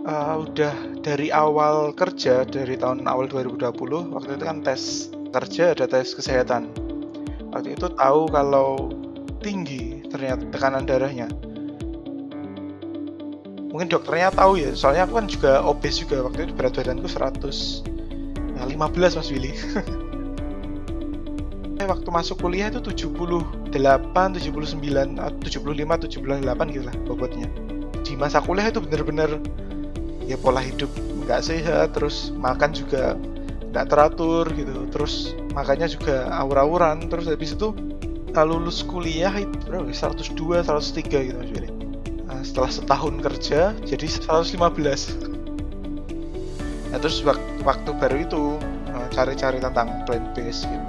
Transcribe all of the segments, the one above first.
Udah dari awal kerja, dari tahun awal 2020, waktu itu kan tes kerja, ada tes kesehatan. Waktu itu tahu kalau tinggi ternyata tekanan darahnya. Mungkin dokternya tahu ya, soalnya aku kan juga obes juga. Waktu itu berat badanku 115 Mas Willy. Waktu masuk kuliah itu 78, 79, 75, 78 gitu lah bobotnya. Di masa kuliah itu bener-bener ya pola hidup nggak sehat, terus makan juga nggak teratur gitu, terus makannya juga aur-auran, terus habis itu lulus kuliah itu berapa? 102, 103 gitu Mas Willy. Nah, setelah setahun kerja jadi 115. Nah, terus waktu baru itu cari-cari tentang plant based gitu.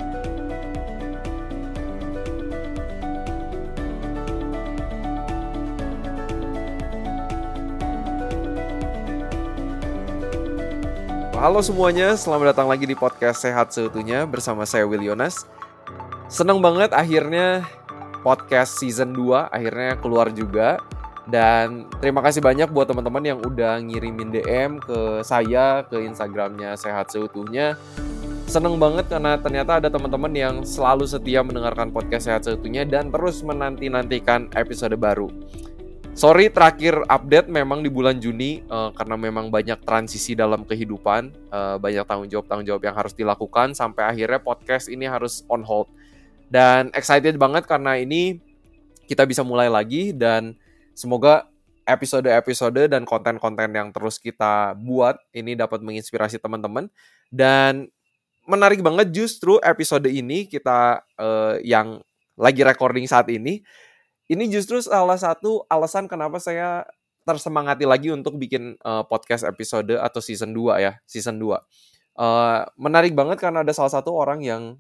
Halo semuanya, selamat datang lagi di podcast Sehat Seutuhnya bersama saya Will Yonas. Senang banget akhirnya podcast season 2 akhirnya keluar juga. Dan terima kasih banyak buat teman-teman yang udah ngirimin DM ke saya, ke Instagramnya Sehat Seutuhnya. Senang banget karena ternyata ada teman-teman yang selalu setia mendengarkan podcast Sehat Seutuhnya dan terus menanti-nantikan episode baru. Sorry terakhir update memang di bulan Juni karena memang banyak transisi dalam kehidupan, banyak tanggung jawab yang harus dilakukan sampai akhirnya podcast ini harus on hold. Dan excited banget karena ini kita bisa mulai lagi dan semoga episode-episode dan konten-konten yang terus kita buat ini dapat menginspirasi teman-teman. Dan menarik banget justru episode ini kita yang lagi recording saat ini justru salah satu alasan kenapa saya tersemangati lagi untuk bikin podcast episode atau season 2 ya, season 2. Menarik banget karena ada salah satu orang yang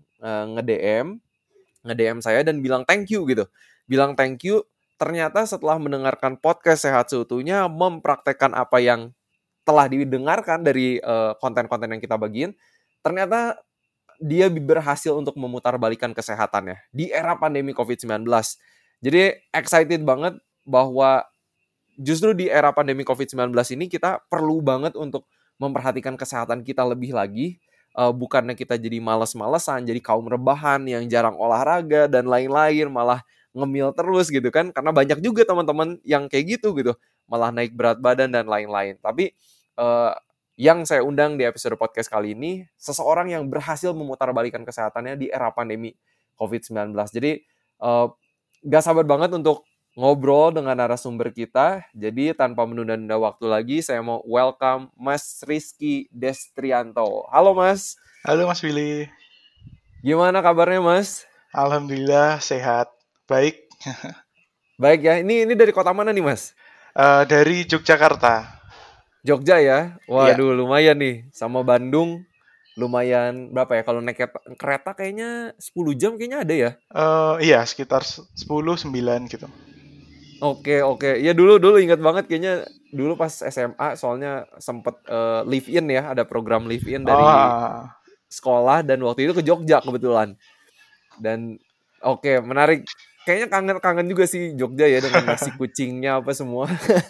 nge-DM saya dan bilang thank you gitu. Bilang thank you, ternyata setelah mendengarkan podcast Sehat Seutuhnya mempraktekkan apa yang telah didengarkan dari konten-konten yang kita bagiin, ternyata dia berhasil untuk memutarbalikkan kesehatannya di era pandemi COVID-19. Jadi excited banget bahwa justru di era pandemi COVID-19 ini kita perlu banget untuk memperhatikan kesehatan kita lebih lagi. Bukannya kita jadi malas-malesan, jadi kaum rebahan yang jarang olahraga dan lain-lain, malah ngemil terus gitu kan. Karena banyak juga teman-teman yang kayak gitu, malah naik berat badan dan lain-lain. Tapi yang saya undang di episode podcast kali ini, seseorang yang berhasil memutarbalikkan kesehatannya di era pandemi COVID-19. Jadi gak sabar banget untuk ngobrol dengan narasumber kita. Jadi tanpa menunda-nunda waktu lagi, saya mau welcome Mas Rizky Destrianto. Halo Mas. Halo Mas Willy. Gimana kabarnya Mas? Alhamdulillah sehat, baik. Baik ya, ini dari kota mana nih Mas? Dari Yogyakarta. Jogja ya? Iya. Waduh lumayan nih, sama Bandung lumayan berapa ya? Kalau naik kereta kayaknya 10 jam kayaknya ada ya? Iya, sekitar 10-9 gitu. Oke. Ya dulu ingat banget kayaknya dulu pas SMA soalnya sempet live in ya, ada program live in dari Oh, sekolah dan waktu itu ke Jogja kebetulan. Dan oke, menarik. Kayaknya kangen juga sih Jogja ya dengan nasi kucingnya apa semua.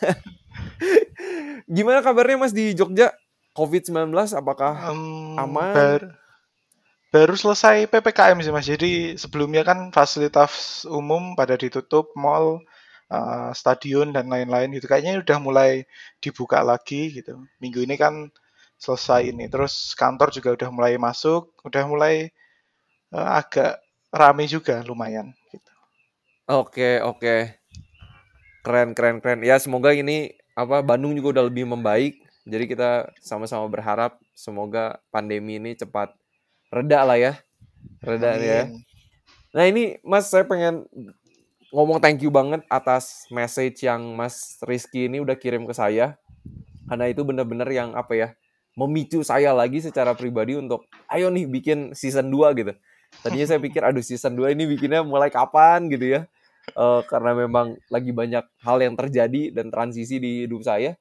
Gimana kabarnya Mas di Jogja? COVID-19 apakah aman? baru selesai PPKM sih Mas. Jadi sebelumnya kan fasilitas umum pada ditutup, mall, stadion dan lain-lain gitu. Kayaknya udah mulai dibuka lagi gitu. Minggu ini kan selesai ini. Terus kantor juga udah mulai masuk, udah mulai agak rame juga lumayan gitu. Oke. Keren. Ya semoga ini Bandung juga udah lebih membaik. Jadi kita sama-sama berharap semoga pandemi ini cepat reda lah ya. Reda ya. Amin. Nah ini Mas saya pengen ngomong thank you banget atas message yang Mas Rizky ini udah kirim ke saya. Karena itu benar-benar yang memicu saya lagi secara pribadi untuk ayo nih bikin season 2 gitu. Tadinya saya pikir aduh season 2 ini bikinnya mulai kapan gitu ya. Karena memang lagi banyak hal yang terjadi dan transisi di hidup saya.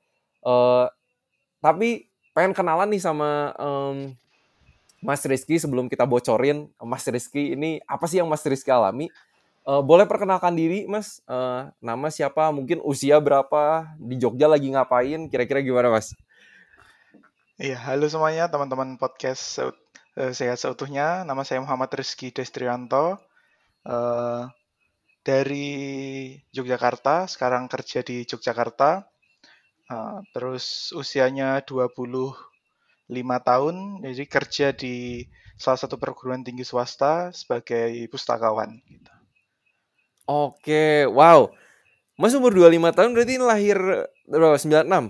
Tapi pengen kenalan nih sama Mas Rizky sebelum kita bocorin Mas Rizky ini apa sih yang Mas Rizky alami. Boleh perkenalkan diri, Mas? Nama siapa? Mungkin usia berapa? Di Jogja lagi ngapain? Kira-kira gimana, Mas? Iya, halo semuanya teman-teman podcast Sehat Seutuhnya. Nama saya Muhammad Rizky Destrianto eh, dari Yogyakarta. Sekarang kerja di Yogyakarta. Terus usianya 25 tahun, jadi kerja di salah satu perguruan tinggi swasta sebagai pustakawan. Gitu. Oke, wow. Mas umur 25 tahun berarti lahir berapa? 96?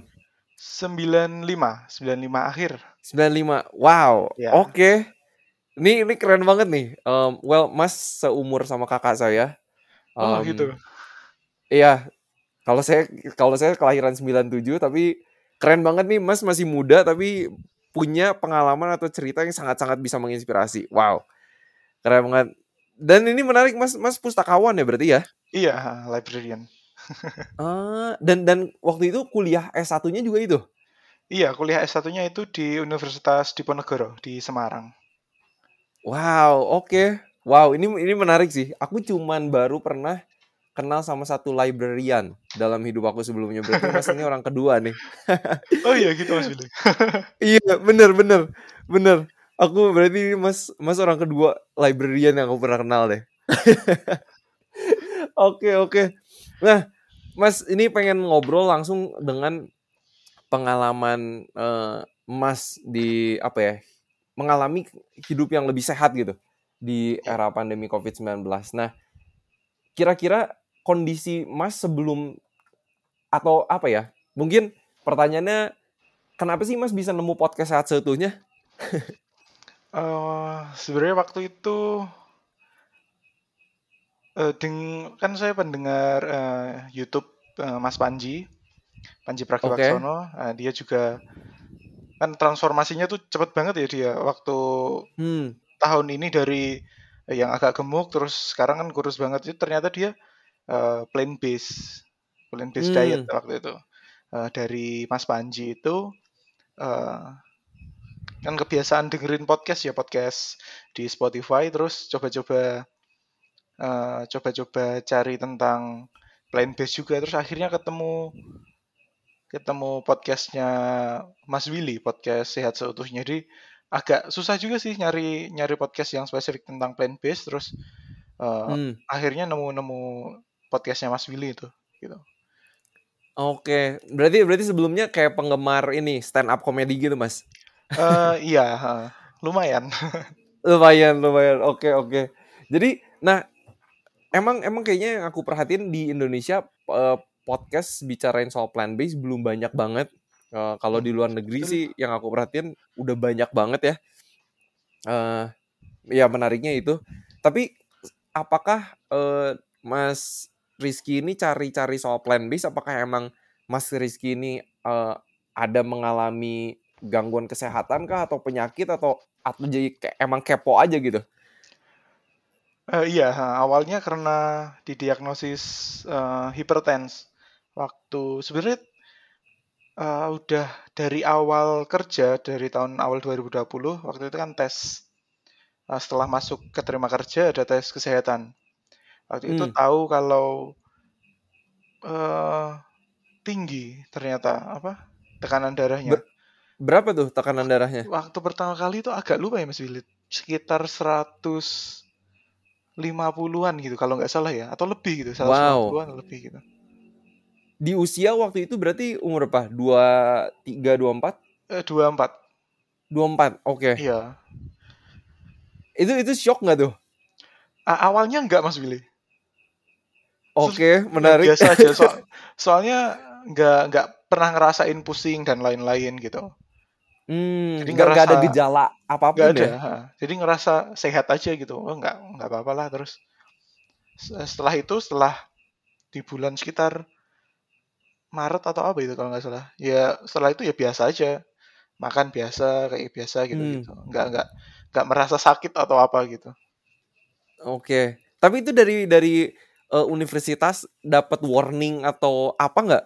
95 akhir. 95. Wow. Ya. Oke. Ini keren banget nih. Well, Mas seumur sama kakak saya. Oh Um, gitu. iya, kalau saya kelahiran 97 tapi keren banget nih Mas masih muda tapi punya pengalaman atau cerita yang sangat-sangat bisa menginspirasi. Wow, keren banget. Dan ini menarik Mas, Mas pustakawan ya berarti ya? Iya, librarian. Dan waktu itu kuliah S1-nya juga itu. Iya, kuliah S1-nya itu di Universitas Diponegoro di Semarang. Wow, oke. Wow, ini menarik sih. Aku cuman baru pernah kenal sama satu librarian dalam hidup aku sebelumnya. Berarti Mas ini orang kedua nih. Oh iya gitu Mas Billy. Iya, bener, bener, bener. Aku berarti Mas Mas orang kedua librarian yang aku pernah kenal deh. Oke, oke. Nah, Mas ini pengen ngobrol langsung dengan pengalaman Mas di apa ya? Mengalami hidup yang lebih sehat gitu di Iya. era pandemi COVID-19. Nah, kira-kira kondisi Mas sebelum atau apa ya? Mungkin pertanyaannya kenapa sih Mas bisa nemu podcast Sehat Seutuhnya? Sebenarnya waktu itu kan saya pendengar YouTube Mas Panji, Panji Oke. Pragiwaksono. Dia juga kan transformasinya tuh cepet banget ya dia. Waktu Hmm. tahun ini dari yang agak gemuk terus sekarang kan kurus banget itu ternyata dia plant based diet Hmm. waktu itu. Dari Mas Panji itu eh, kan kebiasaan dengerin podcast ya podcast di Spotify terus coba-coba cari tentang plant based juga terus akhirnya ketemu ketemu podcastnya Mas Willy podcast Sehat Seutuhnya jadi agak susah juga sih nyari nyari podcast yang spesifik tentang plant based terus Hmm. akhirnya nemu-nemu podcastnya Mas Willy itu gitu. Oke. Berarti berarti sebelumnya kayak penggemar ini stand up comedy gitu, Mas. Iya, lumayan. Lumayan, lumayan. Oke, oke. Jadi, nah, emang kayaknya yang aku perhatiin di Indonesia podcast bicarain soal plant based belum banyak banget. Kalau di luar negeri Betul. sih yang aku perhatiin udah banyak banget ya. Eh ya menariknya itu. Tapi apakah Mas Rizky ini cari-cari soal plant based? Apakah emang Mas Rizky ini ada mengalami gangguan kesehatan kah atau penyakit atau jadi emang kepo aja gitu? Iya, awalnya karena didiagnosis hipertens. Sebenarnya udah dari awal kerja dari tahun awal 2020 waktu itu kan tes setelah masuk keterima kerja ada tes kesehatan. Waktu itu Hmm. tahu kalau eh, tinggi ternyata apa tekanan darahnya. Berapa tuh tekanan Wak- darahnya? Waktu pertama kali itu agak lupa ya Mas Wilit, sekitar 150-an gitu kalau nggak salah ya, atau lebih gitu, Wow. 150-an lebih gitu. Di usia waktu itu berarti umur berapa? 23, 24? 24, 24. Oke. iya. Itu shock nggak tuh? Awalnya nggak Mas Willy, Oke, menarik. biasa aja, soalnya nggak pernah ngerasain pusing dan lain-lain gitu. Jadi Nggak ngerasa ada gejala nggak apapun ada, ya? jadi ngerasa sehat aja gitu, oh nggak apa-apa lah. Terus setelah itu, setelah di bulan sekitar Maret atau apa itu kalau nggak salah, ya setelah itu ya biasa aja, makan biasa kayak biasa gitu Hmm, gitu, nggak merasa sakit atau apa gitu. oke. Tapi itu dari universitas dapat warning atau apa nggak?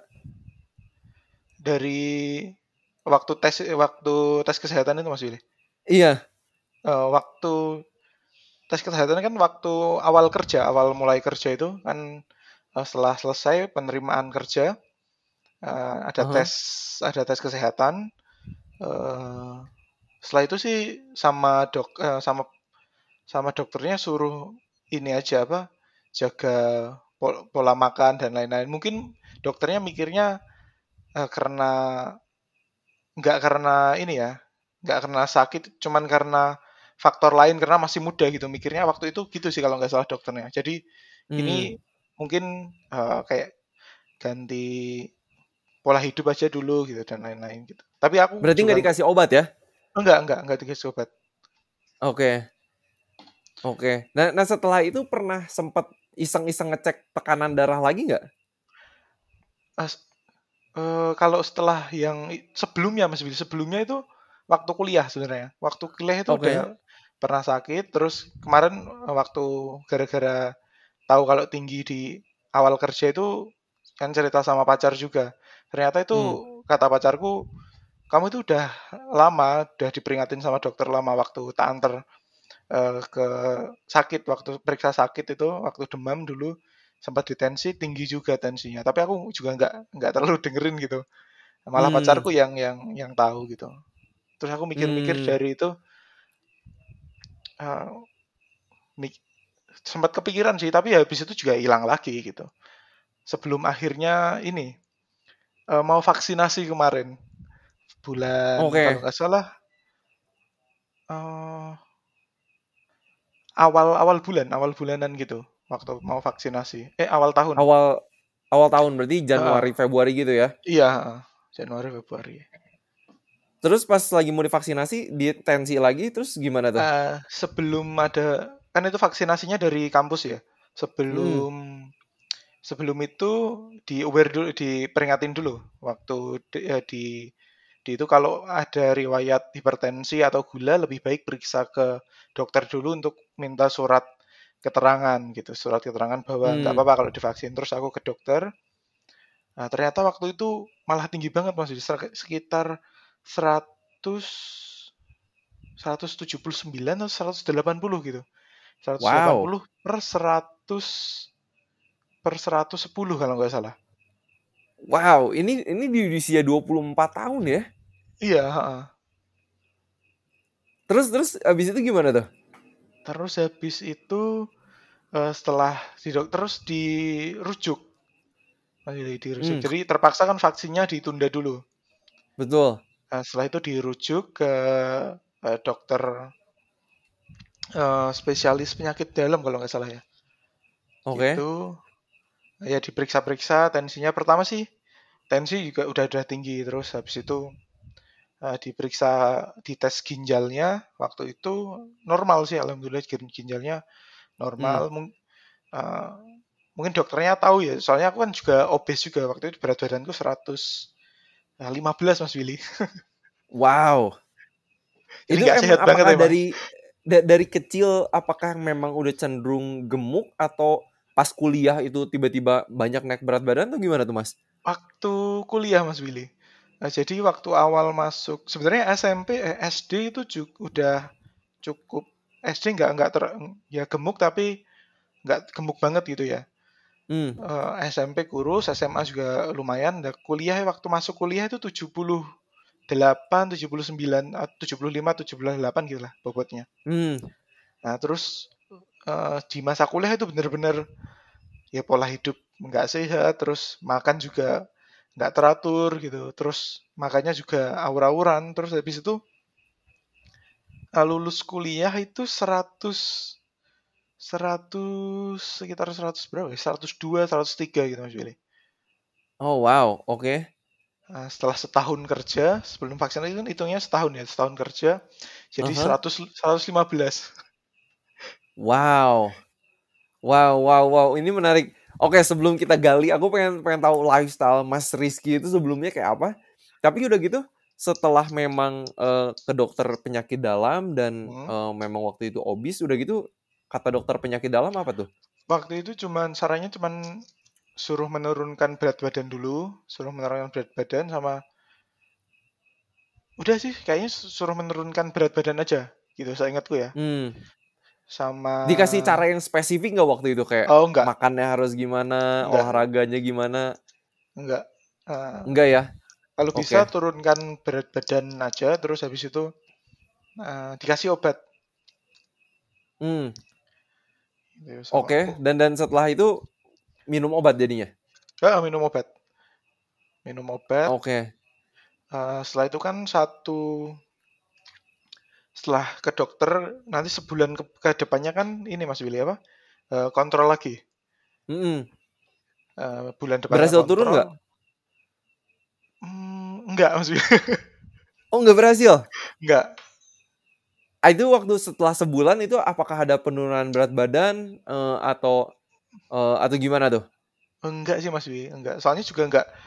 Dari waktu tes kesehatan itu Mas Willy. Iya. Waktu tes kesehatan kan waktu awal mulai kerja itu kan, setelah selesai penerimaan kerja, ada Aha. tes kesehatan. eh, Setelah itu sih sama sama dokternya suruh ini aja apa, jaga pola makan dan lain-lain. Mungkin dokternya mikirnya, karena nggak karena ini ya, nggak karena sakit, cuman karena faktor lain karena masih muda gitu. Mikirnya waktu itu gitu sih kalau nggak salah dokternya. Jadi Hmm. ini mungkin, kayak ganti pola hidup aja dulu gitu dan lain-lain gitu. Tapi aku Berarti juga nggak dikasih obat ya? enggak dikasih obat. Oke, oke. Nah setelah itu pernah sempat iseng-iseng ngecek tekanan darah lagi nggak? As- Kalau setelah yang sebelumnya Mas Willy, sebelumnya itu waktu kuliah sebenarnya. Waktu kuliah itu Oke. udah pernah sakit, terus kemarin, waktu gara-gara tahu kalau tinggi di awal kerja itu kan cerita sama pacar juga. Ternyata itu Hmm. kata pacarku, kamu itu udah lama, udah diperingatin sama dokter lama waktu tak anter, ke sakit, waktu periksa sakit itu, waktu demam dulu sempat ditensi, tinggi juga tensinya. Tapi aku juga nggak terlalu dengerin gitu. Malah Hmm. pacarku yang tahu gitu. Terus aku mikir-mikir Hmm. dari itu, eh, mik- sempat kepikiran sih, tapi habis itu juga hilang lagi gitu. Sebelum akhirnya ini, mau vaksinasi kemarin bulan kalau Oke. nggak salah, eh, awal bulanan gitu waktu mau vaksinasi. Awal tahun. Awal awal tahun berarti Heeh, Januari Februari gitu ya. iya, heeh. Januari Februari. Terus pas lagi mau divaksinasi, ditensi lagi, terus gimana tuh? Sebelum ada kan itu vaksinasinya dari kampus ya. Hmm. Sebelum sebelum itu di aware dulu, diperingatin dulu waktu di itu kalau ada riwayat hipertensi atau gula lebih baik periksa ke dokter dulu untuk minta surat keterangan gitu, surat keterangan bahwa nggak Hmm. apa-apa kalau divaksin. Terus aku ke dokter, nah ternyata waktu itu malah tinggi banget Mas, sekitar 100 179 atau 180 gitu. Wow. 180 per 110 kalau nggak salah. Wow, ini di usia 24 tahun ya. Iya, heeh. Terus terus abis itu gimana tuh? Terus habis itu, setelah terus dirujuk, dirujuk. Hmm, Jadi terpaksa kan vaksinnya ditunda dulu. betul. Nah, setelah itu dirujuk ke, dokter, spesialis penyakit dalam kalau nggak salah ya. Oke. Gitu. Ya diperiksa-periksa tensinya. Pertama sih tensi juga udah tinggi. Terus habis itu, diperiksa, dites ginjalnya. Waktu itu normal sih, alhamdulillah ginjalnya normal. Hmm. Eh, Mungkin dokternya tahu ya, soalnya aku kan juga obes juga. Waktu itu berat badanku 115 Mas Willy. Wow. Jadi Itu nggak emang sehat banget apakah emang. dari kecil apakah memang udah cenderung gemuk atau pas kuliah itu tiba-tiba banyak naik berat badan tuh gimana tuh, Mas? Waktu kuliah Mas Willy. Nah, jadi waktu awal masuk, sebenarnya SD itu juga udah cukup. SD nggak ya gemuk, tapi nggak gemuk banget gitu ya. Hmm. SMP kurus, SMA juga lumayan. Nah, kuliah, waktu masuk kuliah itu 78, 79, 75, 78 gitu lah bobotnya. Hmm. Nah, terus, di masa kuliah itu bener-bener ya pola hidup nggak sehat, terus makan juga nggak teratur gitu, terus makanya juga aur-auran. Terus habis itu, lulus kuliah itu 100 100 berapa ya? 102, 103 gitu Mas Willy. Oh, wow. Oke. Nah, setelah setahun kerja, sebelum vaksin itu kan hitungnya setahun ya, setahun kerja, jadi Aha. 115. Wow. Wow, wow, wow. Ini menarik. Oke, sebelum kita gali, aku pengen pengen tahu lifestyle Mas Rizky itu sebelumnya kayak apa. Tapi udah gitu, setelah memang ke dokter penyakit dalam dan Hmm. memang waktu itu obes, udah gitu kata dokter penyakit dalam apa tuh? Waktu itu sarannya cuman suruh menurunkan berat badan dulu, suruh menurunkan berat badan sama udah sih kayaknya suruh menurunkan berat badan aja gitu saya ingatku ya. Hmm. sama Dikasih cara yang spesifik nggak waktu itu kayak oh enggak, makannya harus gimana, enggak, olahraganya gimana? enggak. Eh, Enggak ya? kalau bisa Oke. turunkan berat badan aja, terus habis itu dikasih obat. Hmm, Gitu, sama oke. Dan setelah itu minum obat jadinya. minum obat, minum obat. Oke. Setelah itu kan setelah ke dokter nanti sebulan ke depannya kan ini Mas Willy apa? Kontrol lagi. Mm-mm. Bulan depannya Berhasil turun nggak? kontrol. Enggak Mas Willy. Oh, nggak berhasil. Enggak. Itu waktu setelah sebulan itu apakah ada penurunan berat badan atau gimana tuh? Enggak sih Mas Willy, enggak. Soalnya juga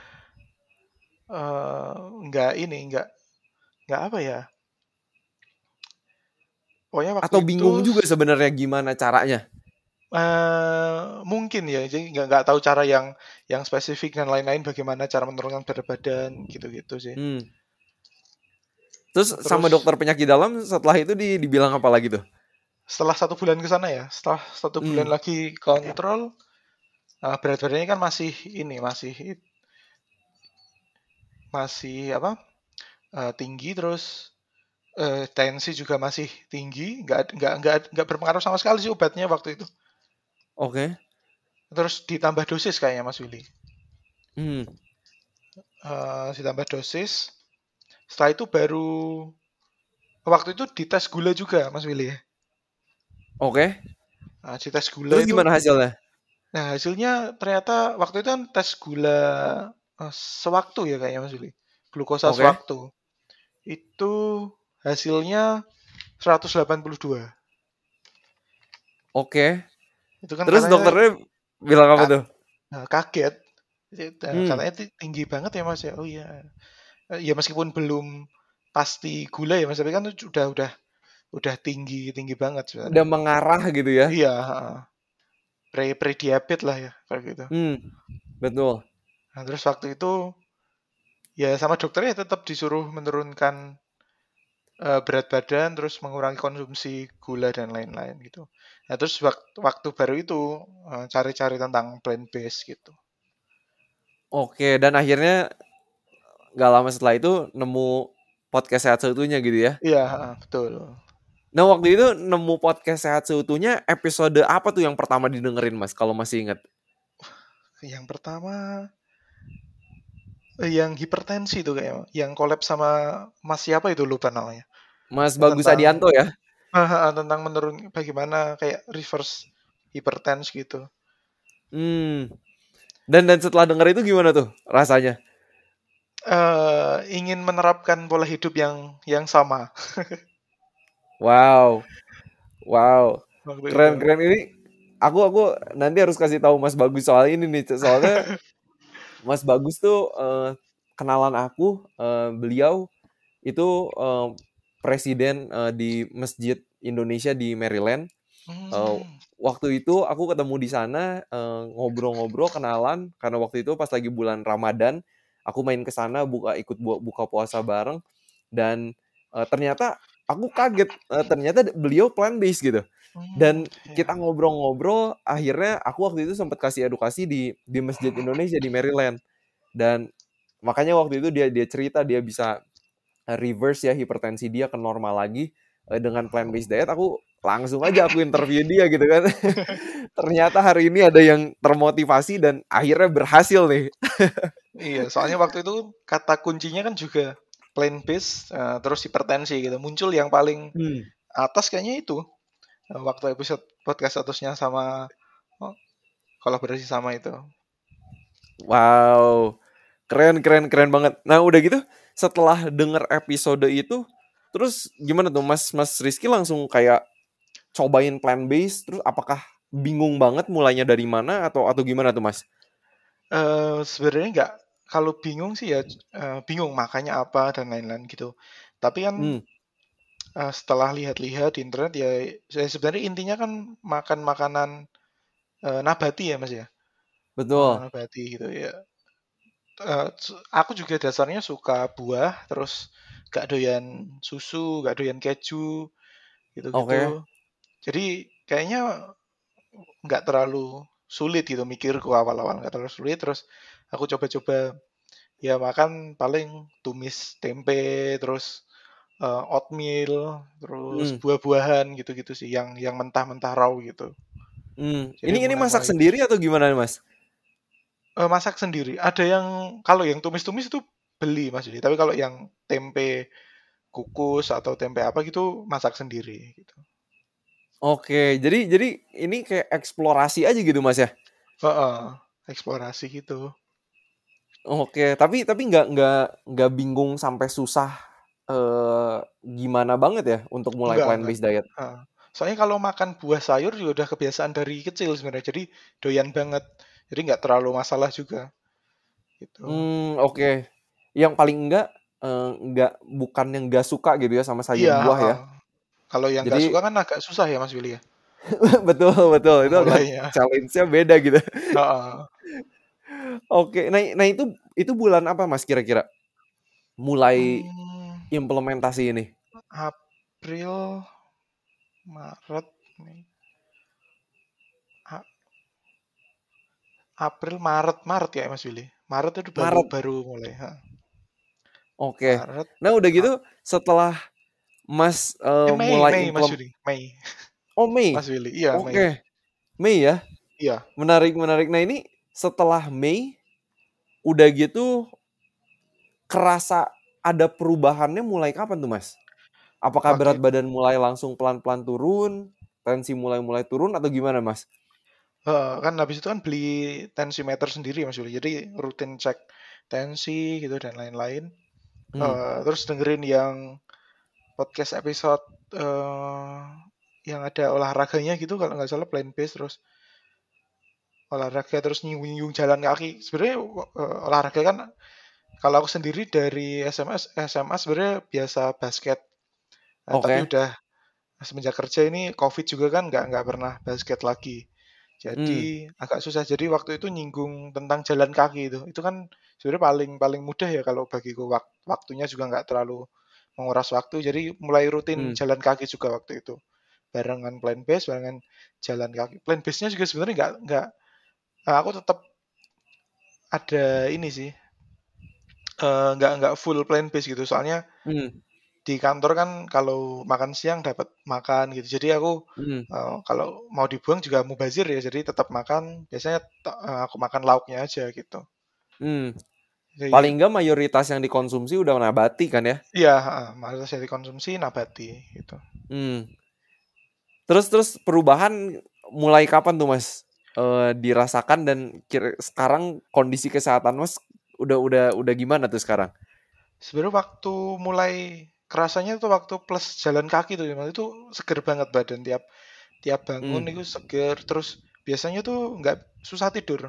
enggak ini, enggak apa ya? Pokoknya waktu Atau itu bingung juga sebenarnya gimana caranya? mungkin ya, jadi nggak tahu cara yang spesifik dan lain-lain bagaimana cara menurunkan berat badan gitu-gitu sih. Hmm. Terus sama Terus dokter penyakit dalam setelah itu dibilang apa lagi tuh? setelah 1 bulan ke sana ya, setelah 1 bulan Hmm. lagi kontrol, berat badannya kan masih ini, masih apa? Tinggi terus tensi juga masih tinggi, nggak berpengaruh sama sekali sih obatnya waktu itu. Oke. Terus ditambah dosis kayaknya Mas Willy. Hmm. Ditambah dosis. Setelah itu baru waktu itu dites gula juga Mas Willy ya. Oke. Dites gula Terus itu, gimana hasilnya? nah hasilnya ternyata waktu itu kan tes gula sewaktu ya kayaknya Mas Willy. Glukosa Oke. sewaktu. Itu hasilnya 182. Oke. Itu kan Terus katanya dokternya bilang apa tuh? kaget. Hmm. Katanya tinggi banget ya Mas ya. Oh iya. Ya meskipun belum pasti gula ya Mas, tapi kan itu udah tinggi tinggi banget Udah sebenarnya. mengarah gitu ya? Iya, pre diabetes lah ya kayak gitu. Hmm. Betul. Nah, terus waktu itu ya sama dokternya tetap disuruh menurunkan berat badan, terus mengurangi konsumsi gula dan lain-lain gitu. Nah, terus waktu baru itu cari-cari tentang plant based gitu. Oke. Dan akhirnya nggak lama setelah itu nemu podcast sehat seutuhnya gitu ya? Iya, betul. Nah waktu itu nemu podcast sehat seutuhnya episode apa tuh yang pertama didengerin Mas kalau masih ingat? Yang pertama yang hipertensi tuh kayaknya, yang collab sama Mas siapa itu lupa namanya. Mas Yang Bagus tentang Adianto ya? tentang menurun bagaimana kayak reverse hypertense gitu. Hmm. Dan setelah denger itu gimana tuh rasanya? Ingin menerapkan pola hidup yang sama Wow, wow, waktu itu. keren keren ini. Aku nanti harus kasih tahu Mas Bagus soal ini nih. Soalnya Mas Bagus tuh kenalan aku, beliau itu presiden di Masjid Indonesia di Maryland. Eee, Hmm, waktu itu aku ketemu di sana, ngobrol-ngobrol, kenalan, karena waktu itu pas lagi bulan Ramadan, aku main ke sana ikut buka puasa bareng dan, ternyata aku kaget, ternyata beliau plant based gitu. Dan kita ya. ngobrol-ngobrol, akhirnya aku waktu itu sempet kasih edukasi di Masjid Indonesia di Maryland dan makanya waktu itu dia dia cerita dia bisa reverse ya hipertensi dia ke normal lagi, dengan plant based diet aku langsung aja aku interview dia gitu kan. Ternyata hari ini ada yang termotivasi dan akhirnya berhasil nih. Iya, soalnya waktu itu kata kuncinya kan juga plant based, terus hipertensi gitu. Muncul yang paling Hmm. atas kayaknya itu waktu episode podcast statusnya sama oh, kolaborasi sama itu. Wow, keren keren keren banget. Nah udah gitu setelah denger episode itu, terus gimana tuh Mas Mas Rizky langsung kayak cobain plant based, terus apakah bingung banget mulainya dari mana atau gimana tuh Mas? Sebenarnya nggak, kalau bingung sih ya bingung makannya apa dan lain-lain gitu. Tapi kan Hmm, setelah lihat-lihat di internet ya, sebenarnya intinya kan makan makanan nabati ya Mas ya, makanan betul. nabati gitu ya. Aku juga dasarnya suka buah, terus gak doyan susu, gak doyan keju, gitu-gitu. Oke. Jadi kayaknya nggak terlalu sulit gitu mikirku awal-awal, nggak terlalu sulit. Terus aku coba-coba ya makan paling tumis tempe, terus oatmeal, terus Hmm. buah-buahan gitu-gitu sih, yang mentah-mentah raw gitu. Jadi Ini masak mulai-mulai sendiri atau gimana Mas? masak sendiri. Ada yang kalau yang tumis-tumis itu beli Mas Yudi, tapi kalau yang tempe kukus atau tempe apa gitu masak sendiri gitu. Oke, jadi ini kayak eksplorasi aja gitu Mas ya? Heeh, eksplorasi gitu. Oke, tapi nggak bingung sampai susah gimana banget ya untuk mulai plant Enggak. based diet? Heeh. Soalnya kalau makan buah sayur juga udah kebiasaan dari kecil sebenarnya. Jadi doyan banget. Jadi nggak terlalu masalah juga gitu. Oke. Yang paling enggak bukan yang nggak suka gitu ya sama sayur Iya, buah ya. heeh. Kalau yang nggak Jadi suka kan agak susah ya Mas Willy ya. betul betul itu agak Mulainya. challenge-nya beda gitu. Heeh. Oke, nah itu bulan apa Mas kira-kira mulai Hmm, implementasi ini? April, Maret, Mei. A- April, Maret ya Mas Willy. Maret itu baru Maret. baru mulai. Ha. Oke. Maret, Nah, udah gitu setelah Mas Mei, mulai Mei Mas Willy, Mei. Oh, Mei. Mas Willy, iya Mei. Oke, Mei ya. Iya, Menarik menarik. Nah, ini setelah Mei udah gitu kerasa ada perubahannya mulai kapan tuh, Mas? Apakah berat waktu badan mulai langsung pelan-pelan turun, tensi mulai turun atau gimana, Mas? kan habis itu kan beli tensimeter sendiri Mas Willy. Jadi rutin cek tensi gitu dan lain-lain. Hmm. Terus dengerin yang podcast episode yang ada olahraganya gitu kalau nggak salah plant based, terus olahraga terus nyinggung jalan kaki. Sebenarnya olahraga kan kalau aku sendiri dari SMA sebenarnya biasa basket. Nah, tapi Oke. udah semenjak kerja ini COVID juga kan nggak pernah basket lagi. Hmm. Jadi agak susah. Jadi waktu itu nyinggung tentang jalan kaki itu. Itu kan sebenarnya paling paling mudah ya kalau bagiku, waktunya juga nggak terlalu menguras waktu. Jadi mulai rutin Hmm. jalan kaki juga waktu itu. Barengan plant based, barengan jalan kaki. Plant based-nya juga sebenarnya nggak aku tetap ada ini sih, nggak full plant based gitu. Soalnya Hmm. di kantor kan kalau makan siang dapat makan gitu. Jadi aku Hmm. kalau mau dibuang juga mubazir ya. Jadi tetap makan. Biasanya aku makan lauknya aja gitu. Hmm. Jadi Paling enggak mayoritas yang dikonsumsi udah nabati kan ya? iya, malah saya dikonsumsi nabati gitu. Hmm. Terus perubahan mulai kapan tuh, Mas? Dirasakan dan sekarang kondisi kesehatan Mas udah gimana tuh sekarang? Sebenarnya waktu mulai kerasanya tuh waktu plus jalan kaki tuh, Mas. Itu seger banget badan, tiap tiap bangun Hmm. itu seger. Terus biasanya tuh nggak susah tidur.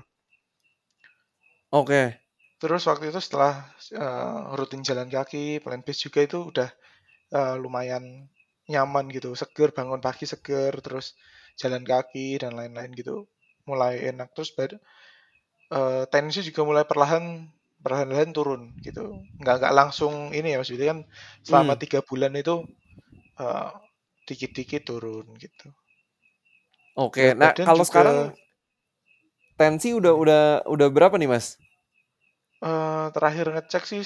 Oke. Terus waktu itu setelah rutin jalan kaki, plant based juga itu udah lumayan nyaman gitu, seger, bangun pagi seger, terus jalan kaki dan lain-lain gitu, mulai enak. Terus tensi juga mulai perlahan-lahan turun gitu, nggak langsung ini ya maksudnya kan, selama Hmm. 3 bulan itu eh, dikit-dikit turun gitu. Oke. Berat Nah, badan kalau juga sekarang tensi udah berapa nih, Mas? terakhir ngecek sih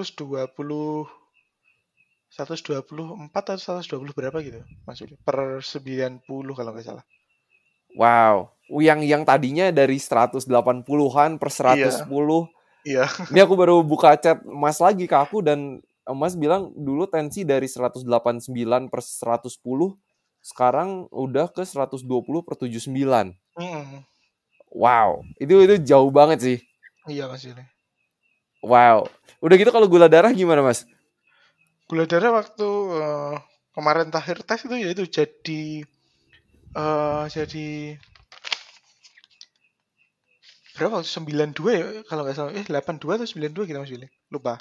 124 atau 120 berapa gitu maksudnya, per 90 kalau nggak salah. Wow. Yang tadinya dari 180-an per Iya, 110. iya. Ini aku baru buka chat Mas lagi ke aku dan Mas bilang dulu tensi dari 189 per 110, sekarang udah ke 120 per 79. Mm, Wow, itu jauh banget sih. iya Mas Yuli. Wow. Udah gitu kalau gula darah gimana, Mas? Gula darah waktu kemarin terakhir tes itu ya itu jadi berapa? 92 ya kalau nggak salah. 82 atau 92 gitu Mas Yuli. Lupa.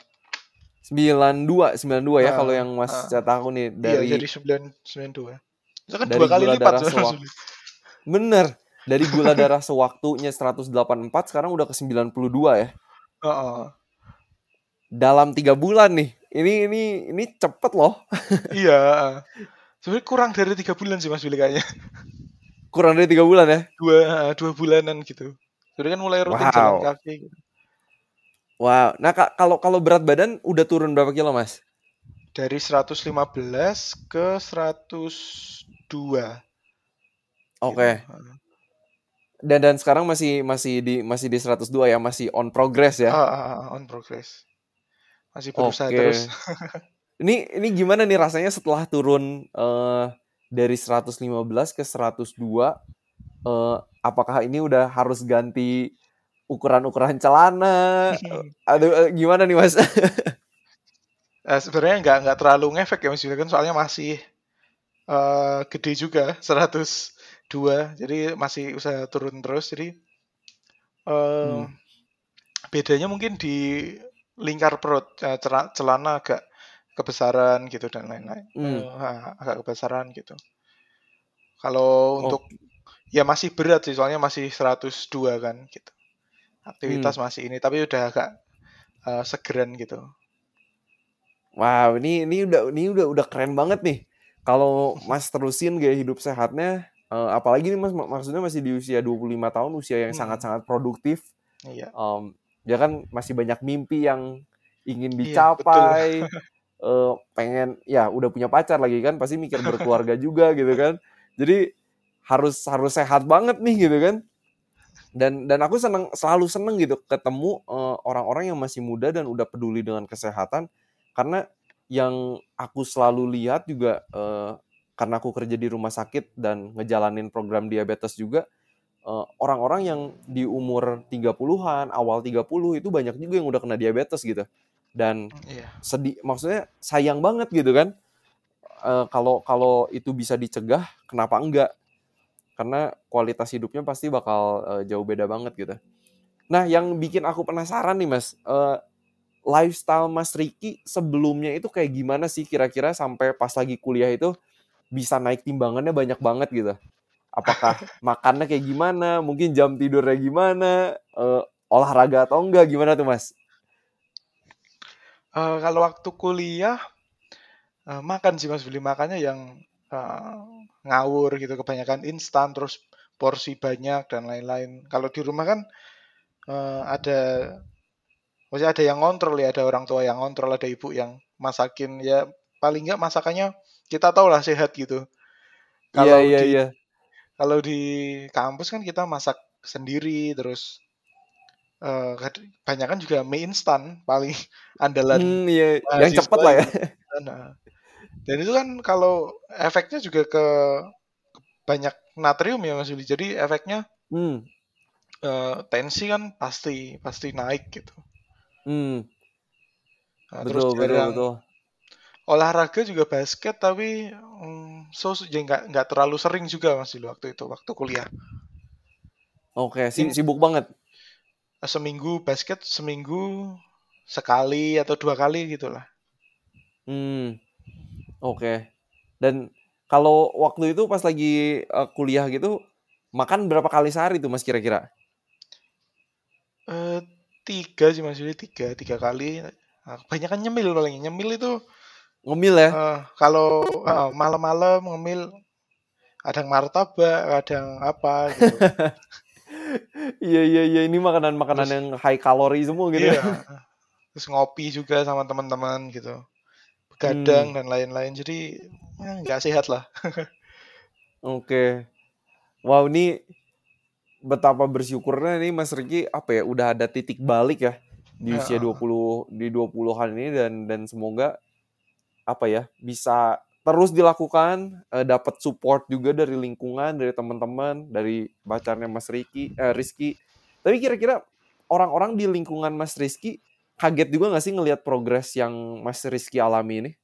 92 ya kalau Heeh, yang Mas heeh. cetak aku nih Iya, dari jadi 92. Itu kan dua dari kali gula lipat darah tuh Mas Yuli. bener, dari gula darah sewaktunya 184 sekarang udah ke 92 ya. Heeh. Dalam 3 bulan nih. Ini cepet loh. Iya, heeh. Sebenarnya kurang dari 3 bulan sih Mas Willy kayaknya. Kurang dari 3 bulan ya? Dua bulanan gitu. Jadi kan mulai rutin jalan Wow. kaki gitu. Wow. Nah, kalau kalau berat badan udah turun berapa kilo, Mas? Dari 115 ke 102 gitu. Oke. Dan sekarang masih di 102 ya, masih on progress ya. On progress. Masih berusaha terus. Oke. Ini gimana nih rasanya setelah turun dari 115 ke 102? Apakah ini udah harus ganti ukuran-ukuran celana? Aduh, gimana nih, Mas? Sebenarnya nggak terlalu ngefek ya Mas Willy kan soalnya masih gede juga 102. Jadi masih usaha turun terus. Jadi eh, Hmm. bedanya mungkin di lingkar perut, celana agak kebesaran gitu dan lain-lain. Hmm. Agak kebesaran gitu. Kalau Oh. untuk ya masih berat sih soalnya masih 102 kan gitu. Hmm. Aktivitas masih ini tapi udah agak segeran gitu. Wow, ini udah keren banget nih. Kalau Mas terusin gaya hidup sehatnya, apalagi nih Mas maksudnya masih di usia 25 tahun, usia yang Hmm, sangat-sangat produktif. iya. Ya kan masih banyak mimpi yang ingin Iya, betul. dicapai, pengen ya udah punya pacar lagi kan, pasti mikir berkeluarga juga gitu kan. Jadi harus harus sehat banget nih gitu kan. Dan aku selalu seneng gitu ketemu orang-orang yang masih muda dan udah peduli dengan kesehatan, karena yang aku selalu lihat juga karena aku kerja di rumah sakit dan ngejalanin program diabetes juga, orang-orang yang di umur 30-an, awal 30 itu banyak juga yang udah kena diabetes gitu. Dan Iya. sedih, maksudnya sayang banget gitu kan. Kalau kalau itu bisa dicegah, kenapa enggak? Karena kualitas hidupnya pasti bakal jauh beda banget gitu. Nah, yang bikin aku penasaran nih Mas, lifestyle Mas Ricky sebelumnya itu kayak gimana sih kira-kira sampai pas lagi kuliah itu bisa naik timbangannya banyak banget gitu? Apakah makannya kayak gimana? Mungkin jam tidurnya gimana? Olahraga atau enggak? Gimana tuh Mas? Kalau waktu kuliah makan sih Mas Willy makannya yang eh, ngawur gitu kebanyakan instan terus porsi banyak dan lain-lain. Kalau di rumah kan ada maksudnya ada yang ngontrol ya, ada orang tua yang ngontrol, ada ibu yang masakin ya paling nggak masakannya kita tahu lah sehat gitu. Iya, Kalau iya, di iya. kalau di kampus kan kita masak sendiri terus kebanyakan juga mie instan paling andalan Iya, yang cepet mahasiswa lah ya. itu. Nah, dan itu kan kalau efeknya juga ke banyak natrium ya Mas Yuli. Jadi efeknya Hmm, tensi kan pasti pasti naik gitu. hmm, Nah, terus betul, betul, jarang betul. olahraga juga basket tapi ya nggak terlalu sering juga Mas Yuli waktu itu waktu kuliah. Oke, Mungkin sibuk banget. seminggu basket seminggu sekali atau 2 kali gitulah. Hmm, oke. Dan kalau waktu itu pas lagi kuliah gitu, makan berapa kali sehari tuh Mas kira-kira? Eh, tiga sih Mas Yuli, tiga kali. Nah, kebanyakan nyemil paling. Nyemil itu Ngemil ya? kalau malam-malam ngemil kadang martabak, kadang apa gitu. Iya, iya, iya, ini makanan-makanan Terus yang high kalori semua gitu ya. iya, terus ngopi juga sama teman-teman gitu. Begadang Hmm, dan lain-lain. Jadi nggak sehat lah. oke. Wow, ini betapa bersyukurnya nih Mas Ricky, apa ya, udah ada titik balik ya di usia Heeh. 20-an ini, dan semoga apa ya, bisa terus dilakukan, dapat support juga dari lingkungan, dari teman-teman, dari pacarnya Mas Rizky. Tapi kira-kira orang-orang di lingkungan Mas Rizky kaget juga nggak sih ngelihat progres yang Mas Rizky alami ini?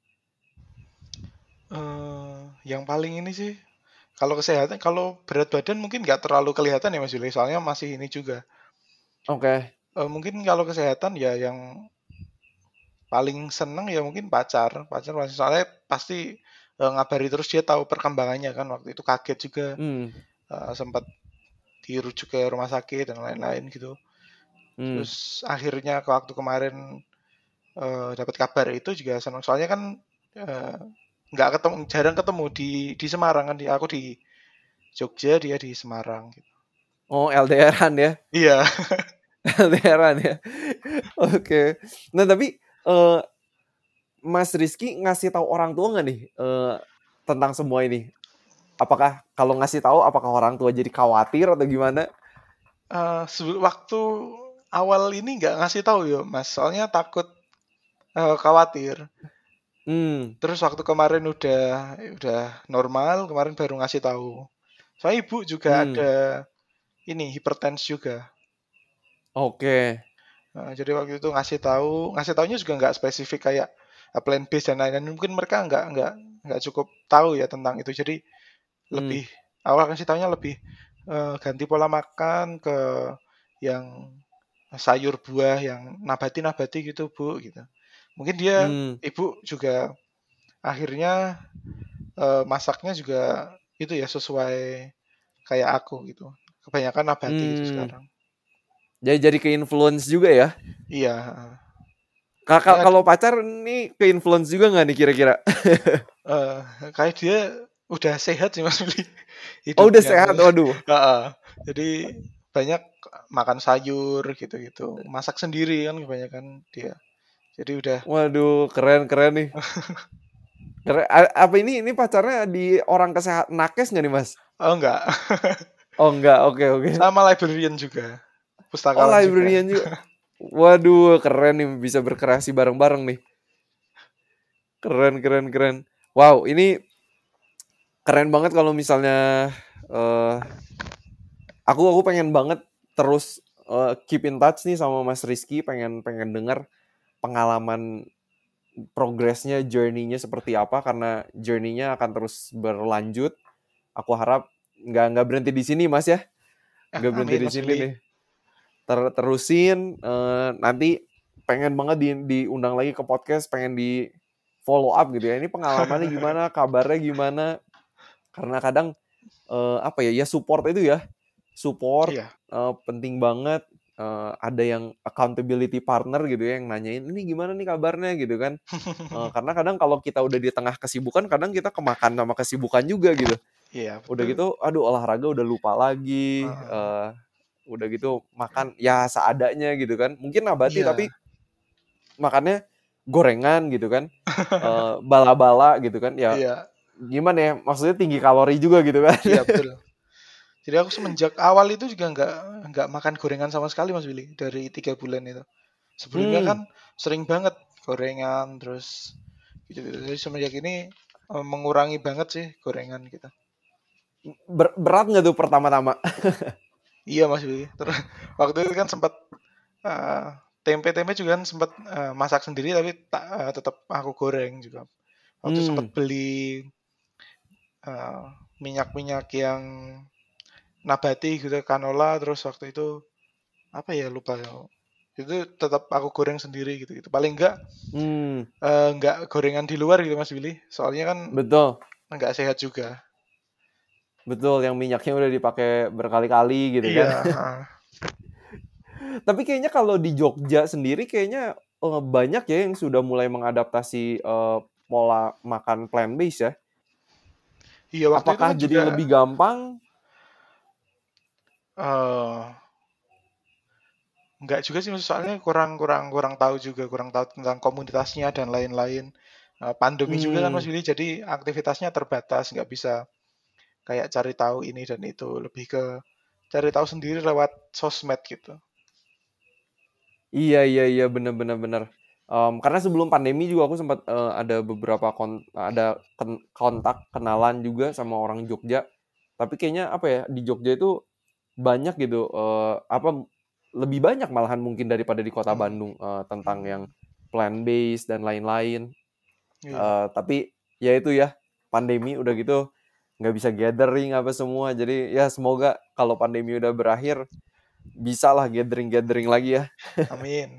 Yang paling ini sih kalau kesehatan, kalau berat badan mungkin nggak terlalu kelihatan ya Mas Yuli, soalnya masih ini juga. Oke. Mungkin kalau kesehatan ya yang paling seneng ya mungkin pacar masih soalnya pasti ngabari terus dia tahu perkembangannya kan waktu itu kaget juga Hmm. sempat dirujuk ke rumah sakit dan lain-lain gitu. Hmm. Terus akhirnya ke waktu kemarin dapat kabar itu juga senang soalnya kan eh, nggak ketemu, jarang ketemu di Semarang kan, aku di Jogja, dia di Semarang gitu. Oh, LDRan ya. Iya. LDRan ya. Oke. Nah, tapi Mas Rizky ngasih tahu orang tua nggak nih tentang semua ini? Apakah kalau ngasih tahu, apakah orang tua jadi khawatir atau gimana? Waktu awal ini nggak ngasih tahu ya Mas, soalnya takut khawatir. Hmm, Terus waktu kemarin udah normal, kemarin baru ngasih tahu. Soalnya ibu juga hmm, ada ini hipertensi juga. oke. Jadi waktu itu ngasih taunya juga nggak spesifik kayak plan base dan lain-lain. Mungkin mereka nggak cukup tahu ya tentang itu. Jadi Hmm, lebih awal ngasih taunya lebih ganti pola makan ke yang sayur buah yang nabati gitu Bu gitu. Mungkin hmm, ibu juga akhirnya masaknya juga itu ya sesuai kayak aku gitu. Kebanyakan nabati gitu hmm. sekarang. Jadi ke-influence juga ya? Iya. Kakak Ya, kalau pacar nih ke-influence juga nggak nih kira-kira? eh, kayak dia udah sehat sih Mas Willy Oh, udah hidupnya. sehat, waduh. Heeh. Jadi banyak makan sayur gitu-gitu. Masak sendiri kan kebanyakan dia. Jadi udah Waduh, keren-keren nih. Apa ini pacarnya di orang kesehatan nakes nggak nih, Mas? oh enggak. Oh, enggak. Oke, oke. Sama librarian juga. Oh, Pustakawan juga. librarian juga. Waduh, keren nih bisa berkreasi bareng-bareng nih. Keren, keren, keren. Wow, ini keren banget kalau misalnya eh aku pengen banget terus keep in touch nih sama Mas Rizky, pengen pengen dengar pengalaman progresnya, journey-nya seperti apa karena journey-nya akan terus berlanjut. Aku harap nggak berhenti di sini, Mas ya. Nggak berhenti Amin di Mas sini Willy. nih. Terusin nanti pengen banget diundang lagi ke podcast, pengen di follow up gitu ya. Ini pengalamannya gimana, kabarnya gimana? Karena kadang apa ya? Ya support itu ya. Support Iya. penting banget. Ada yang accountability partner gitu ya yang nanyain ini gimana nih kabarnya gitu kan. Karena kadang kalau kita udah di tengah kesibukan, kadang kita kemakan sama kesibukan juga gitu. Iya, Udah betul. gitu, aduh olahraga udah lupa lagi. Heeh. Udah gitu makan ya seadanya gitu kan. Mungkin nabati Iya. tapi makannya gorengan gitu kan. Bala-bala gitu kan. Ya Iya. gimana ya? Maksudnya tinggi kalori juga gitu kan. Iya, betul. Jadi aku semenjak awal itu juga nggak makan gorengan sama sekali Mas Willy dari 3 bulan itu. Sebelumnya Hmm, kan sering banget gorengan terus gitu, gitu. Jadi semenjak ini mengurangi banget sih gorengan gitu. berat nggak tuh pertama-tama? Iya Mas Willy. Terus waktu itu kan sempat eh, tempe-tempe juga kan sempat masak sendiri tapi tetap aku goreng juga. Waktu sempat Hmm, beli eh, minyak-minyak yang nabati gitu canola terus waktu itu apa ya lupa ya. Itu tetap aku goreng sendiri gitu gitu. Paling hmm, enggak gorengan di luar gitu Mas Willy. Soalnya kan betul. enggak sehat juga. Betul, yang minyaknya udah dipakai berkali-kali gitu kan. Iya, heeh. Tapi kayaknya kalau di Jogja sendiri kayaknya banyak ya yang sudah mulai mengadaptasi pola makan plant based ya. Iya waktu itu Apakah kan jadi juga lebih gampang? eh enggak juga sih Mas. Soalnya kurang kurang kurang tahu juga, kurang tahu tentang komunitasnya dan lain-lain. Pandemi juga kan Mas Hmm, Willy, jadi aktivitasnya terbatas, nggak bisa kayak cari tahu ini dan itu, lebih ke cari tahu sendiri lewat sosmed gitu. iya iya iya benar-benar benar. Karena sebelum pandemi juga aku sempat ada beberapa kontak kenalan juga sama orang Jogja. Tapi kayaknya apa ya di Jogja itu banyak gitu apa lebih banyak malahan mungkin daripada di kota Hmm, Bandung tentang yang hmm, plant based dan lain-lain. iya. Tapi ya itu ya pandemi udah gitu nggak bisa gathering apa semua. Jadi ya semoga kalau pandemi udah berakhir bisa lah gathering-gathering lagi ya. Amin.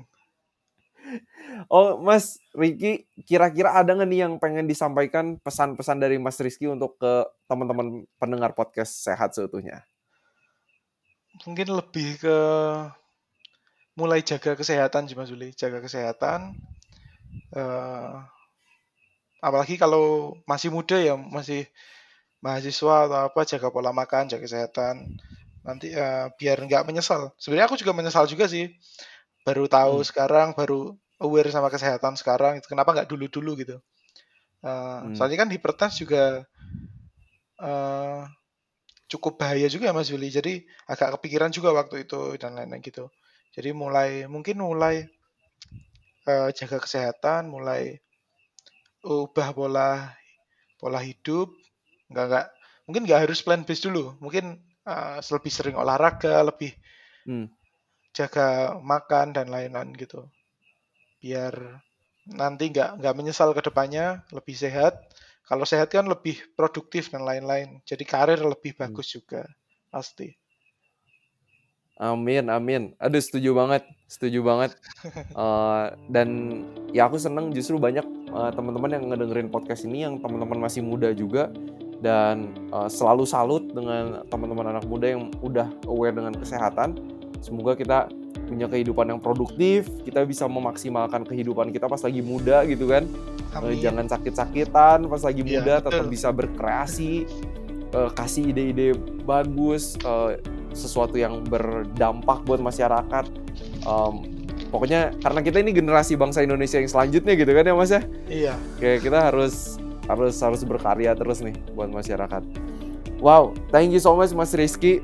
Oh Mas Riki, kira-kira ada nggak nih yang pengen disampaikan pesan-pesan dari Mas Rizky untuk ke teman-teman pendengar podcast Sehat Seutuhnya? Mungkin lebih ke mulai jaga kesehatan sih Mas Willy, jaga kesehatan. eh apalagi kalau masih muda ya, masih mahasiswa atau apa, jaga pola makan, jaga kesehatan. Nanti biar nggak menyesal. Sebenarnya aku juga menyesal juga sih. Baru tahu Hmm. sekarang, baru aware sama kesehatan sekarang. Kenapa nggak dulu-dulu gitu? Hmm. Soalnya kan hipertensi juga eh, cukup bahaya juga ya Mas Willy. Jadi agak kepikiran juga waktu itu dan lain-lain gitu. Jadi mungkin mulai jaga kesehatan, mulai ubah pola pola hidup, nggak mungkin nggak harus plan based dulu, mungkin lebih sering olahraga, lebih Hmm. jaga makan dan lain-lain gitu, biar nanti nggak menyesal ke depannya, lebih sehat. Kalau sehat kan lebih produktif dan lain-lain, jadi karir lebih Hmm. bagus juga pasti. Amin, amin. Aduh, setuju banget, setuju banget. Dan ya aku seneng justru banyak teman-teman yang ngedengerin podcast ini yang teman-teman masih muda juga, dan selalu salut dengan teman-teman anak muda yang udah aware dengan kesehatan. Semoga kita punya kehidupan yang produktif, kita bisa memaksimalkan kehidupan kita pas lagi muda gitu kan. Jangan Amin. sakit-sakitan pas lagi Iya muda, tetap betul. bisa berkreasi, kasih ide-ide bagus, sesuatu yang berdampak buat masyarakat. Pokoknya karena kita ini generasi bangsa Indonesia yang selanjutnya gitu kan ya Mas ya. Iya. Kayak kita harus berkarya terus nih buat masyarakat. Wow, thank you so much Mas Rizky.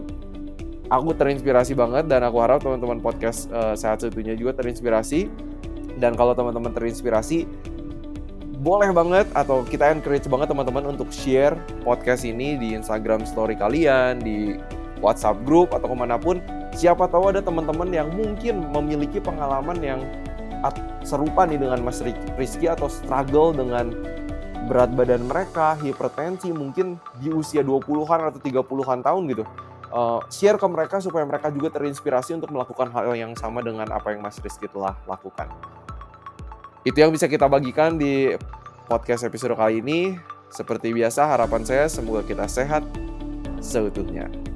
Aku terinspirasi banget dan aku harap teman-teman podcast Sehat Seutuhnya juga terinspirasi. Dan kalau teman-teman terinspirasi, boleh banget atau kita encourage banget teman-teman untuk share podcast ini di Instagram story kalian, di WhatsApp group atau kemanapun. Siapa tahu ada teman-teman yang mungkin memiliki pengalaman yang serupa nih dengan Mas Rizky atau struggle dengan berat badan mereka, hipertensi mungkin di usia 20-an atau 30-an tahun gitu. Share ke mereka supaya mereka juga terinspirasi untuk melakukan hal yang sama dengan apa yang Mas Rizky telah lakukan. Itu yang bisa kita bagikan di podcast episode kali ini. Seperti biasa, harapan saya semoga kita sehat seutuhnya.